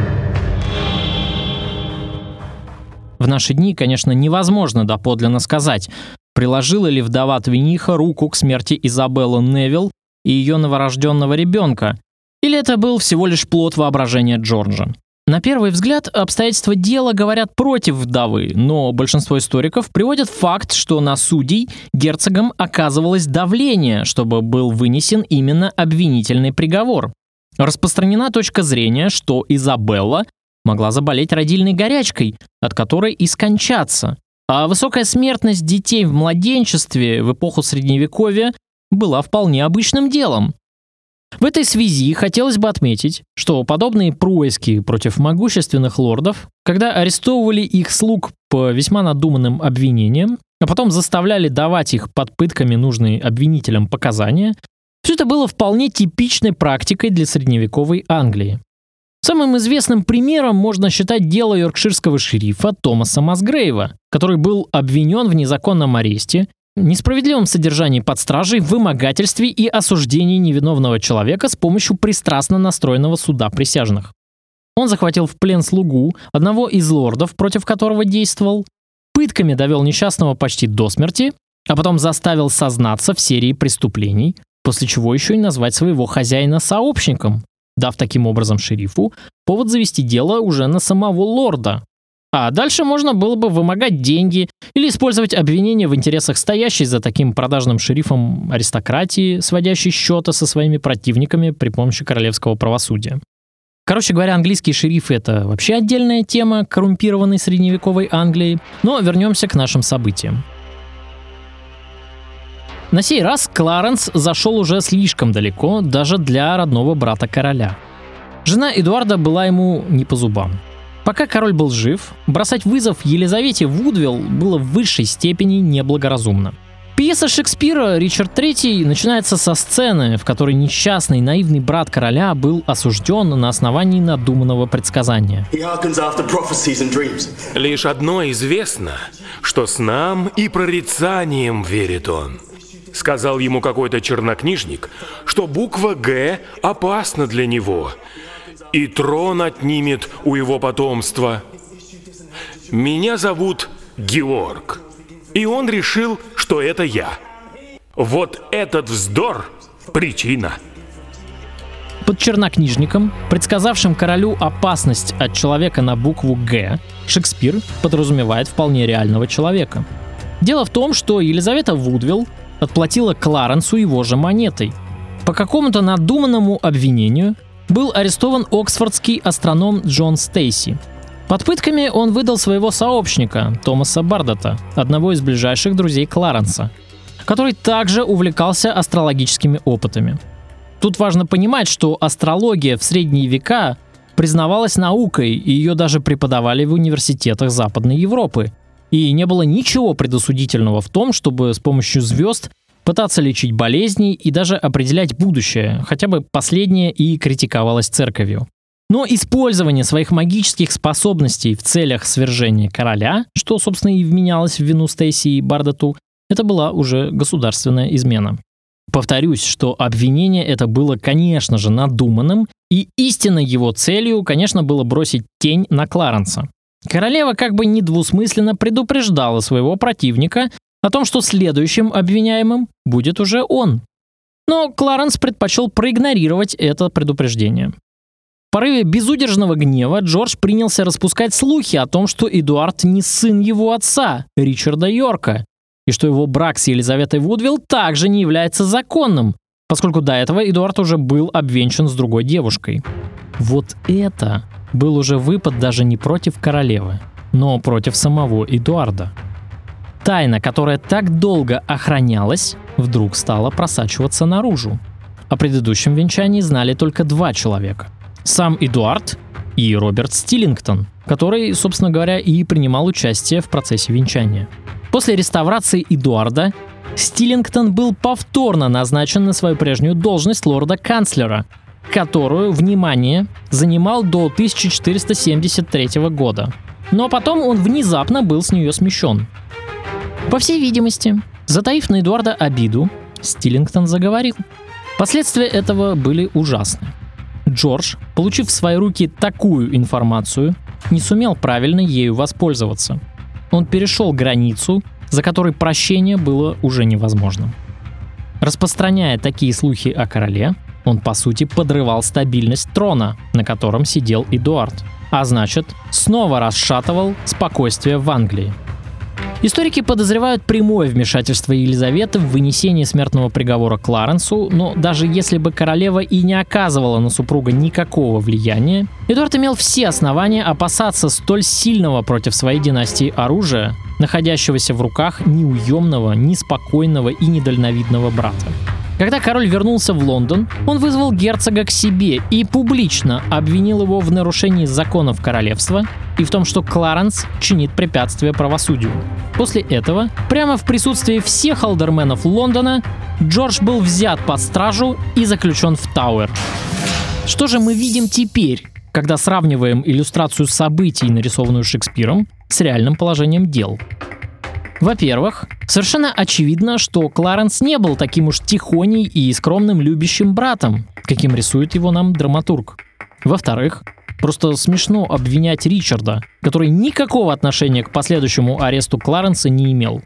В наши дни, конечно, невозможно доподлинно сказать, приложила ли вдова Твиниха руку к смерти Изабеллы Невилл и ее новорожденного ребенка, или это был всего лишь плод воображения Джорджа. На первый взгляд, обстоятельства дела говорят против вдовы, но большинство историков приводят факт, что на судей герцогам оказывалось давление, чтобы был вынесен именно обвинительный приговор. Распространена точка зрения, что Изабелла могла заболеть родильной горячкой, от которой и скончаться, а высокая смертность детей в младенчестве в эпоху Средневековья была вполне обычным делом. В этой связи хотелось бы отметить, что подобные происки против могущественных лордов, когда арестовывали их слуг по весьма надуманным обвинениям, а потом заставляли давать их под пытками нужные обвинителям показания, все это было вполне типичной практикой для средневековой Англии. Самым известным примером можно считать дело йоркширского шерифа Томаса Масгрейва, который был обвинен в незаконном аресте, несправедливом содержании под стражей, вымогательстве и осуждении невиновного человека с помощью пристрастно настроенного суда присяжных. Он захватил в плен слугу одного из лордов, против которого действовал, пытками довел несчастного почти до смерти, а потом заставил сознаться в серии преступлений, после чего еще и назвать своего хозяина сообщником, дав таким образом шерифу повод завести дело уже на самого лорда. А дальше можно было бы вымогать деньги или использовать обвинения в интересах стоящей за таким продажным шерифом аристократии, сводящей счеты со своими противниками при помощи королевского правосудия. Короче говоря, английские шерифы — это вообще отдельная тема коррумпированной средневековой Англии, но вернемся к нашим событиям. На сей раз Кларенс зашел уже слишком далеко даже для родного брата короля. Жена Эдуарда была ему не по зубам. Пока король был жив, бросать вызов Елизавете Вудвилл было в высшей степени неблагоразумно. Пьеса Шекспира «Ричард третий» начинается со сцены, в которой несчастный наивный брат короля был осужден на основании надуманного предсказания. Лишь одно известно, что снам и прорицанием верит он. Сказал ему какой-то чернокнижник, что буква «Г» опасна для него, и трон отнимет у его потомства. Меня зовут Георг, и он решил, что это я. Вот этот вздор — причина. Под чернокнижником, предсказавшим королю опасность от человека на букву «Г», Шекспир подразумевает вполне реального человека. Дело в том, что Елизавета Вудвилл отплатила Кларенсу его же монетой. По какому-то надуманному обвинению был арестован оксфордский астроном Джон Стейси. Под пытками он выдал своего сообщника, Томаса Бардата, одного из ближайших друзей Кларенса, который также увлекался астрологическими опытами. Тут важно понимать, что астрология в средние века признавалась наукой, и ее даже преподавали в университетах Западной Европы. И не было ничего предосудительного в том, чтобы с помощью звезд пытаться лечить болезни и даже определять будущее, хотя бы последнее и критиковалось церковью. Но использование своих магических способностей в целях свержения короля, что, собственно, и вменялось в вину Стейси и Бардату, это была уже государственная измена. Повторюсь, что обвинение это было, конечно же, надуманным, и истинной его целью, конечно, было бросить тень на Кларенса. Королева как бы недвусмысленно предупреждала своего противника о том, что следующим обвиняемым будет уже он. Но Кларенс предпочел проигнорировать это предупреждение. В порыве безудержного гнева Джордж принялся распускать слухи о том, что Эдуард не сын его отца, Ричарда Йорка, и что его брак с Елизаветой Вудвилл также не является законным, поскольку до этого Эдуард уже был обвенчан с другой девушкой. Вот это был уже выпад даже не против королевы, но против самого Эдуарда. Тайна, которая так долго охранялась, вдруг стала просачиваться наружу. О предыдущем венчании знали только два человека. Сам Эдуард и Роберт Стиллингтон, который, собственно говоря, и принимал участие в процессе венчания. После реставрации Эдуарда Стиллингтон был повторно назначен на свою прежнюю должность лорда-канцлера, которую, внимание, занимал до тысяча четыреста семьдесят третьего года. Но потом он внезапно был с нее смещен. По всей видимости, затаив на Эдуарда обиду, Стиллингтон заговорил. Последствия этого были ужасны. Джордж, получив в свои руки такую информацию, не сумел правильно ею воспользоваться. Он перешел границу, за которой прощение было уже невозможным. Распространяя такие слухи о короле, он, по сути, подрывал стабильность трона, на котором сидел Эдуард, а значит, снова расшатывал спокойствие в Англии. Историки подозревают прямое вмешательство Елизаветы в вынесение смертного приговора Кларенсу, но даже если бы королева и не оказывала на супруга никакого влияния, Эдуард имел все основания опасаться столь сильного против своей династии оружия, находящегося в руках неуемного, неспокойного и недальновидного брата. Когда король вернулся в Лондон, он вызвал герцога к себе и публично обвинил его в нарушении законов королевства и в том, что Кларенс чинит препятствия правосудию. После этого, прямо в присутствии всех алдерменов Лондона, Джордж был взят под стражу и заключен в Тауэр. Что же мы видим теперь, когда сравниваем иллюстрацию событий, нарисованную Шекспиром, с реальным положением дел? Во-первых, совершенно очевидно, что Кларенс не был таким уж тихоней и скромным любящим братом, каким рисует его нам драматург. Во-вторых, просто смешно обвинять Ричарда, который никакого отношения к последующему аресту Кларенса не имел.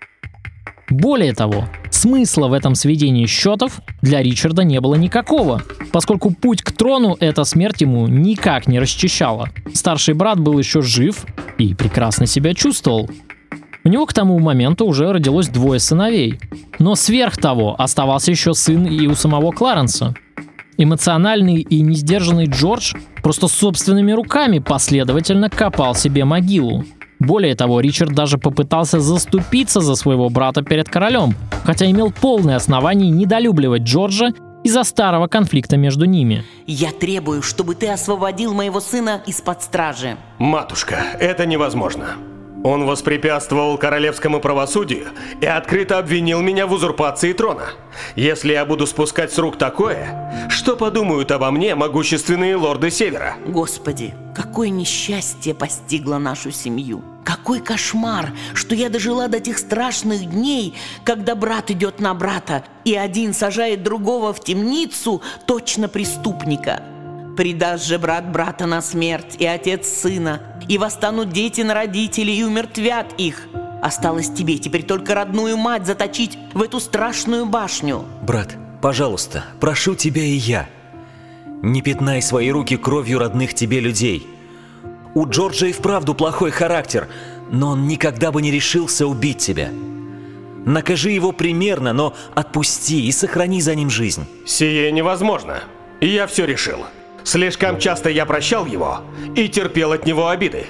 Более того, смысла в этом сведении счетов для Ричарда не было никакого, поскольку путь к трону эта смерть ему никак не расчищала. Старший брат был еще жив и прекрасно себя чувствовал. У него к тому моменту уже родилось двое сыновей. Но сверх того оставался еще сын и у самого Кларенса. Эмоциональный и несдержанный Джордж просто собственными руками последовательно копал себе могилу. Более того, Ричард даже попытался заступиться за своего брата перед королем, хотя имел полное основание недолюбливать Джорджа из-за старого конфликта между ними. Я требую, чтобы ты освободил моего сына из-под стражи. Матушка, это невозможно. Он воспрепятствовал королевскому правосудию и открыто обвинил меня в узурпации трона. Если я буду спускать с рук такое, что подумают обо мне могущественные лорды Севера? Господи, какое несчастье постигло нашу семью. Какой кошмар, что я дожила до тех страшных дней, когда брат идет на брата, и один сажает другого в темницу, точно преступника. Предаст же брат брата на смерть, и отец сына, и восстанут дети на родителей, и умертвят их. Осталось тебе теперь только родную мать заточить в эту страшную башню. Брат, пожалуйста, прошу тебя и я. Не пятнай свои руки кровью родных тебе людей. У Джорджа и вправду плохой характер, но он никогда бы не решился убить тебя. Накажи его примерно, но отпусти и сохрани за ним жизнь. Сие невозможно. Я все решил. Слишком часто я прощал его и терпел от него обиды.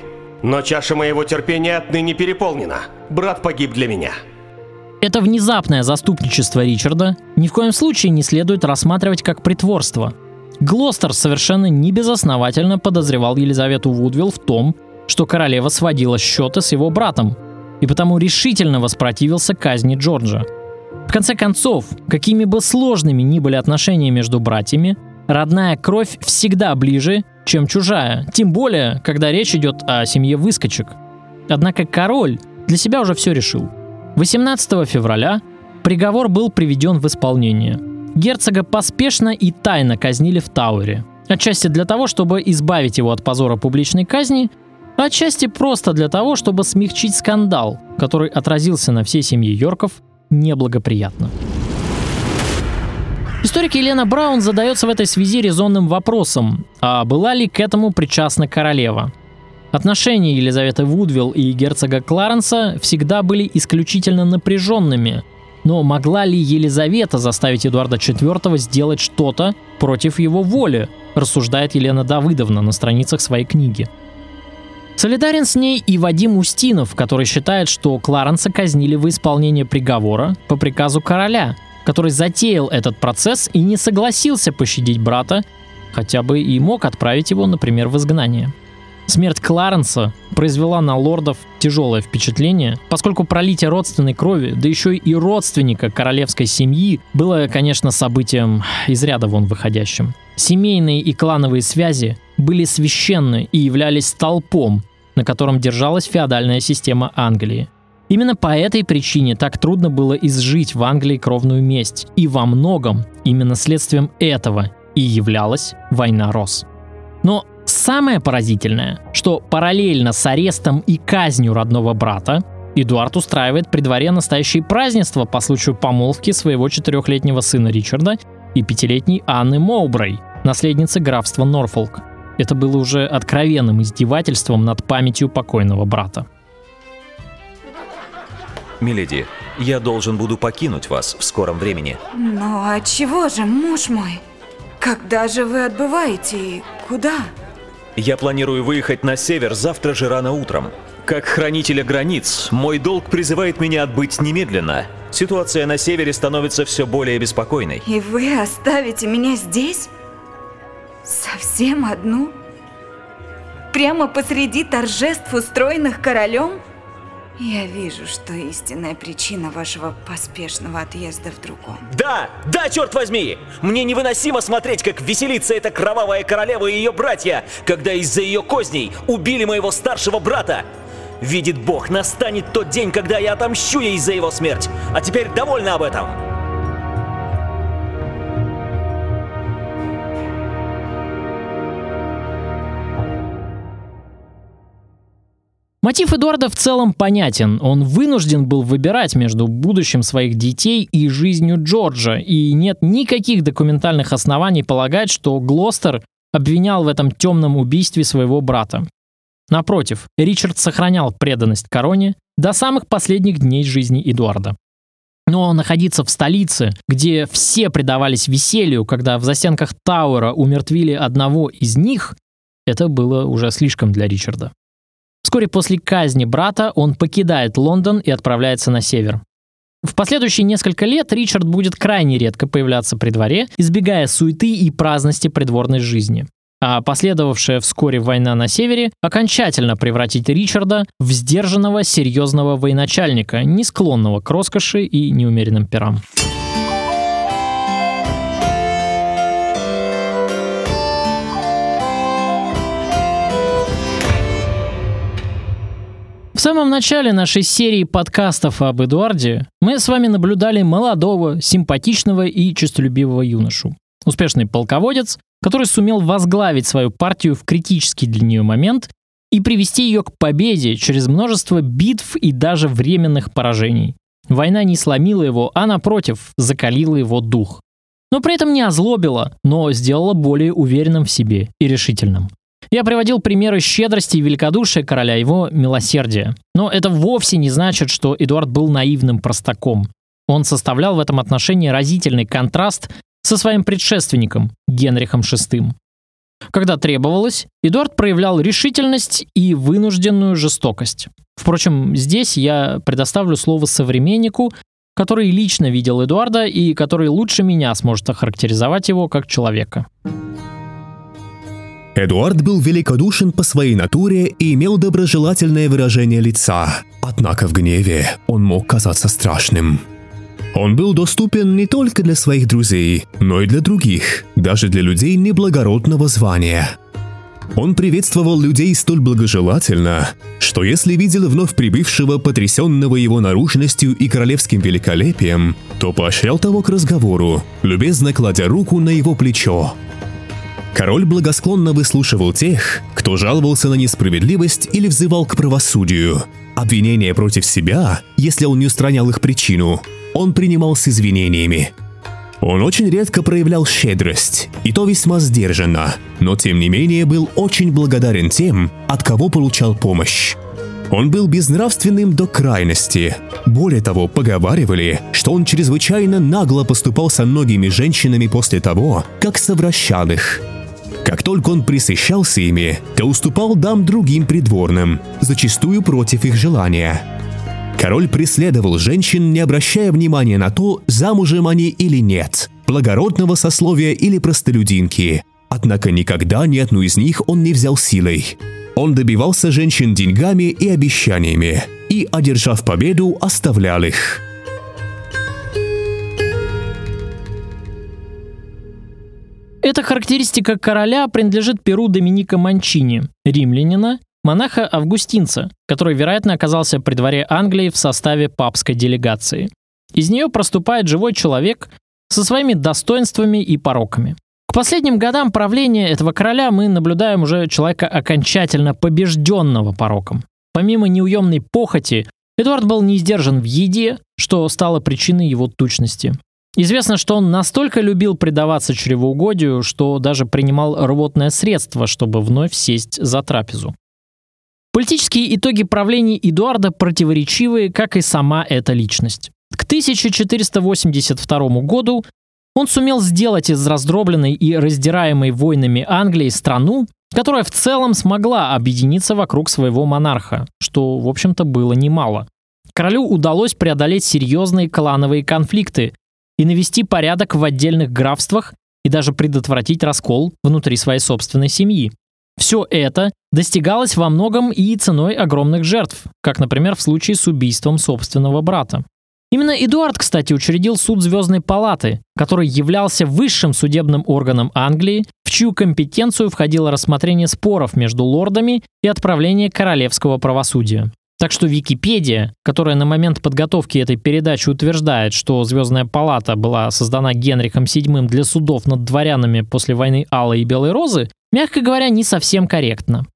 Но чаша моего терпения отныне переполнена. Брат погиб для меня. Это внезапное заступничество Ричарда ни в коем случае не следует рассматривать как притворство. Глостер совершенно небезосновательно подозревал Елизавету Вудвилл в том, что королева сводила счеты с его братом, и потому решительно воспротивился казни Джорджа. В конце концов, какими бы сложными ни были отношения между братьями, родная кровь всегда ближе, чем чужая, тем более, когда речь идет о семье выскочек. Однако король для себя уже все решил. восемнадцатого февраля приговор был приведен в исполнение. Герцога поспешно и тайно казнили в Тауэре. Отчасти для того, чтобы избавить его от позора публичной казни, а отчасти просто для того, чтобы смягчить скандал, который отразился на всей семье Йорков неблагоприятно. Историк Елена Браун задается в этой связи резонным вопросом, а была ли к этому причастна королева? Отношения Елизаветы Вудвилл и герцога Кларенса всегда были исключительно напряженными, но могла ли Елизавета заставить Эдуарда четвёртого сделать что-то против его воли, рассуждает Елена Давыдовна на страницах своей книги. Солидарен с ней и Вадим Устинов, который считает, что Кларенса казнили во исполнение приговора по приказу короля, который затеял этот процесс и не согласился пощадить брата, хотя бы и мог отправить его, например, в изгнание. Смерть Кларенса произвела на лордов тяжелое впечатление, поскольку пролитие родственной крови, да еще и родственника королевской семьи, было, конечно, событием из ряда вон выходящим. Семейные и клановые связи были священны и являлись столпом, на котором держалась феодальная система Англии. Именно по этой причине так трудно было изжить в Англии кровную месть, и во многом именно следствием этого и являлась война роз. Но самое поразительное, что параллельно с арестом и казнью родного брата Эдуард устраивает при дворе настоящие празднества по случаю помолвки своего четырехлетнего сына Ричарда и пятилетней Анны Моубрей, наследницы графства Норфолк. Это было уже откровенным издевательством над памятью покойного брата. Миледи, я должен буду покинуть вас в скором времени. Ну а чего же, муж мой? Когда же вы отбываете и куда? Я планирую выехать на север завтра же рано утром. Как хранителя границ, мой долг призывает меня отбыть немедленно. Ситуация на севере становится все более беспокойной. И вы оставите меня здесь? Совсем одну? Прямо посреди торжеств, устроенных королем? Я вижу, что истинная причина вашего поспешного отъезда в другом. Да, да, черт возьми! Мне невыносимо смотреть, как веселится эта кровавая королева и ее братья, когда из-за ее козней убили моего старшего брата. Видит Бог, настанет тот день, когда я отомщу ей за его смерть. А теперь довольно об этом. Мотив Эдуарда в целом понятен. Он вынужден был выбирать между будущим своих детей и жизнью Джорджа, и нет никаких документальных оснований полагать, что Глостер обвинял в этом темном убийстве своего брата. Напротив, Ричард сохранял преданность короне до самых последних дней жизни Эдуарда. Но находиться в столице, где все предавались веселью, когда в застенках Тауэра умертвили одного из них, это было уже слишком для Ричарда. Вскоре после казни брата он покидает Лондон и отправляется на север. В последующие несколько лет Ричард будет крайне редко появляться при дворе, избегая суеты и праздности придворной жизни. А последовавшая вскоре война на севере окончательно превратит Ричарда в сдержанного, серьезного военачальника, не склонного к роскоши и неумеренным пирам. В самом начале нашей серии подкастов об Эдуарде мы с вами наблюдали молодого, симпатичного и честолюбивого юношу. Успешный полководец, который сумел возглавить свою партию в критический для нее момент и привести ее к победе через множество битв и даже временных поражений. Война не сломила его, а напротив, закалила его дух. Но при этом не озлобила, но сделала более уверенным в себе и решительным. Я приводил примеры щедрости и великодушия короля, его милосердия. Но это вовсе не значит, что Эдуард был наивным простаком. Он составлял в этом отношении разительный контраст со своим предшественником Генрихом шестым. Когда требовалось, Эдуард проявлял решительность и вынужденную жестокость. Впрочем, здесь я предоставлю слово современнику, который лично видел Эдуарда и который лучше меня сможет охарактеризовать его как человека. Эдуард был великодушен по своей натуре и имел доброжелательное выражение лица. Однако в гневе он мог казаться страшным. Он был доступен не только для своих друзей, но и для других, даже для людей неблагородного звания. Он приветствовал людей столь благожелательно, что если видел вновь прибывшего, потрясенного его наружностью и королевским великолепием, то поощрял того к разговору, любезно кладя руку на его плечо. Король благосклонно выслушивал тех, кто жаловался на несправедливость или взывал к правосудию. Обвинения против себя, если он не устранял их причину, он принимал с извинениями. Он очень редко проявлял щедрость, и то весьма сдержанно, но тем не менее был очень благодарен тем, от кого получал помощь. Он был безнравственным до крайности. Более того, поговаривали, что он чрезвычайно нагло поступал со многими женщинами после того, как совращал их. Как только он пресыщался ими, то уступал дам другим придворным, зачастую против их желания. Король преследовал женщин, не обращая внимания на то, замужем они или нет, благородного сословия или простолюдинки. Однако никогда ни одну из них он не взял силой. Он добивался женщин деньгами и обещаниями, и, одержав победу, оставлял их. Эта характеристика короля принадлежит перу Доминика Манчини, римлянина, монаха-августинца, который, вероятно, оказался при дворе Англии в составе папской делегации. Из нее проступает живой человек со своими достоинствами и пороками. К последним годам правления этого короля мы наблюдаем уже человека окончательно побежденного пороком. Помимо неуемной похоти, Эдуард был не сдержан в еде, что стало причиной его тучности. Известно, что он настолько любил предаваться чревоугодию, что даже принимал рвотное средство, чтобы вновь сесть за трапезу. Политические итоги правления Эдуарда противоречивы, как и сама эта личность. К тысяча четыреста восемьдесят второму году он сумел сделать из раздробленной и раздираемой войнами Англии страну, которая в целом смогла объединиться вокруг своего монарха, что, в общем-то, было немало. Королю удалось преодолеть серьезные клановые конфликты и навести порядок в отдельных графствах и даже предотвратить раскол внутри своей собственной семьи. Все это достигалось во многом и ценой огромных жертв, как, например, в случае с убийством собственного брата. Именно Эдуард, кстати, учредил суд Звездной палаты, который являлся высшим судебным органом Англии, в чью компетенцию входило рассмотрение споров между лордами и отправление королевского правосудия. Так что Википедия, которая на момент подготовки этой передачи утверждает, что Звездная палата была создана Генрихом седьмым для судов над дворянами после войны Алой и Белой Розы, мягко говоря, не совсем корректно.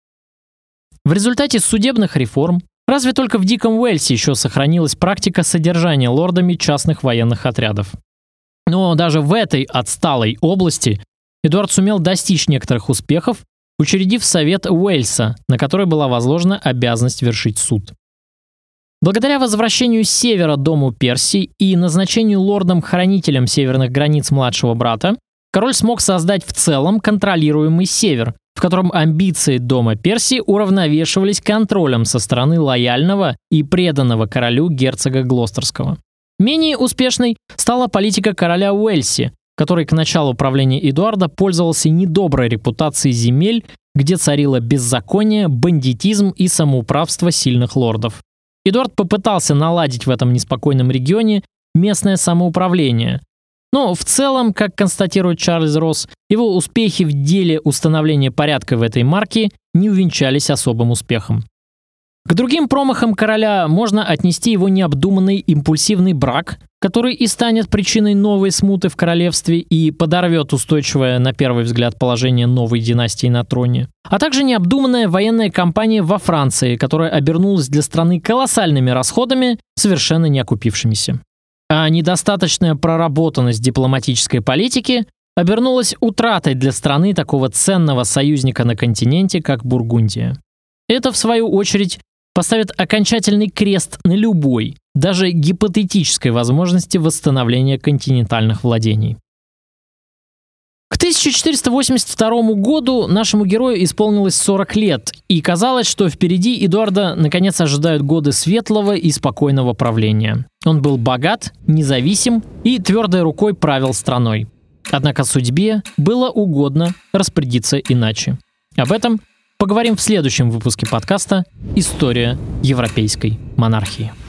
В результате судебных реформ разве только в Диком Уэльсе еще сохранилась практика содержания лордами частных военных отрядов. Но даже в этой отсталой области Эдуард сумел достичь некоторых успехов, учредив Совет Уэльса, на который была возложена обязанность вершить суд. Благодаря возвращению с севера дому Перси и назначению лордом-хранителем северных границ младшего брата, король смог создать в целом контролируемый север, в котором амбиции дома Перси уравновешивались контролем со стороны лояльного и преданного королю герцога Глостерского. Менее успешной стала политика короля Уэльси, который к началу правления Эдуарда пользовался недоброй репутацией земель, где царило беззаконие, бандитизм и самоуправство сильных лордов. Эдуард попытался наладить в этом неспокойном регионе местное самоуправление, но в целом, как констатирует Чарльз Росс, его успехи в деле установления порядка в этой марке не увенчались особым успехом. К другим промахам короля можно отнести его необдуманный импульсивный брак, который и станет причиной новой смуты в королевстве и подорвет устойчивое на первый взгляд положение новой династии на троне, а также необдуманная военная кампания во Франции, которая обернулась для страны колоссальными расходами, совершенно не окупившимися. А недостаточная проработанность дипломатической политики обернулась утратой для страны такого ценного союзника на континенте, как Бургундия. Это, в свою очередь, поставит окончательный крест на любой, даже гипотетической возможности восстановления континентальных владений. К тысяча четыреста восемьдесят второму году нашему герою исполнилось сорок лет, и казалось, что впереди Эдуарда наконец ожидают годы светлого и спокойного правления. Он был богат, независим и твердой рукой правил страной. Однако судьбе было угодно распорядиться иначе. Об этом поговорим в следующем выпуске подкаста «История европейской монархии».